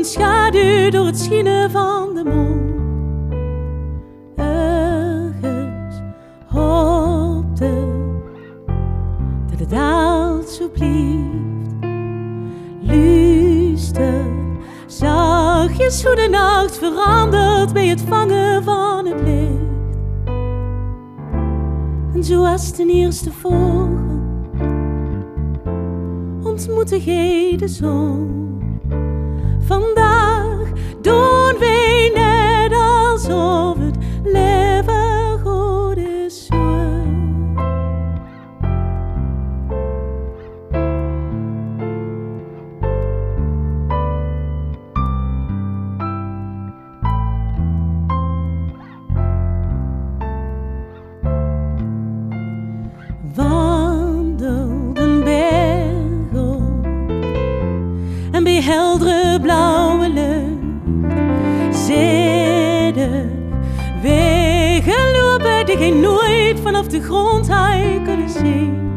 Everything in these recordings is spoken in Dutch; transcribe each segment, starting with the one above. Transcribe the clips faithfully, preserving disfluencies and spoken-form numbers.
schaduw door het schienen van de mond. Ergens hoopte dat het alsjeblieft luister. Zachtjes hoe de nacht verandert bij het vangen van het licht. En zoals de eerste vogel ontmoette gij de zon. Vandaag doen wij net alsof het leven goed is. Wandelden berg op en bij heldere blauwe lucht zitten wegen lopen die geen nooit vanaf de grond hij kunnen zien.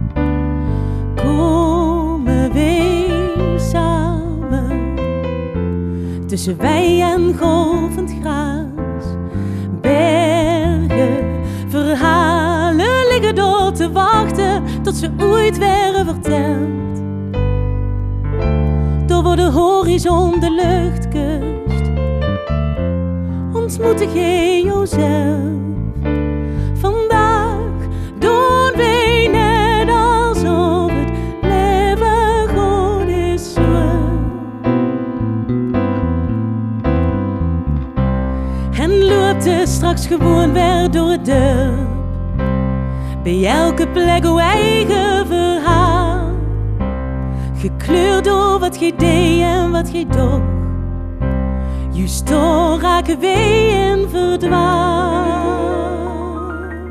Komen wij samen tussen wij en golvend gras, bergen, verhalen liggen door te wachten tot ze ooit werden verteld. Door waar de horizon de lucht kust, ontmoette gij jouzelf. Vandaag doen wij net alsof het leven goed is. En loopte straks gewoon weer door het dorp, bij elke plek uw eigen verhaal, gekleurd door wat gij deed en wat gij doch. Juist door raken wij in verdwaald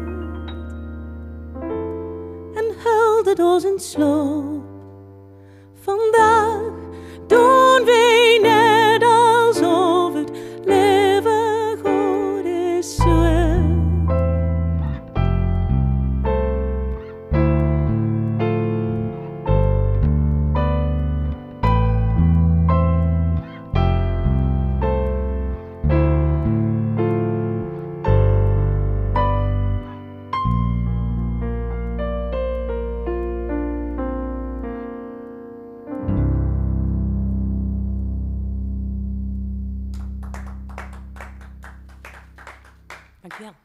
en hulde door zijn sloop. Vandaag doen wij net alsof het leven goed is. Dankjewel.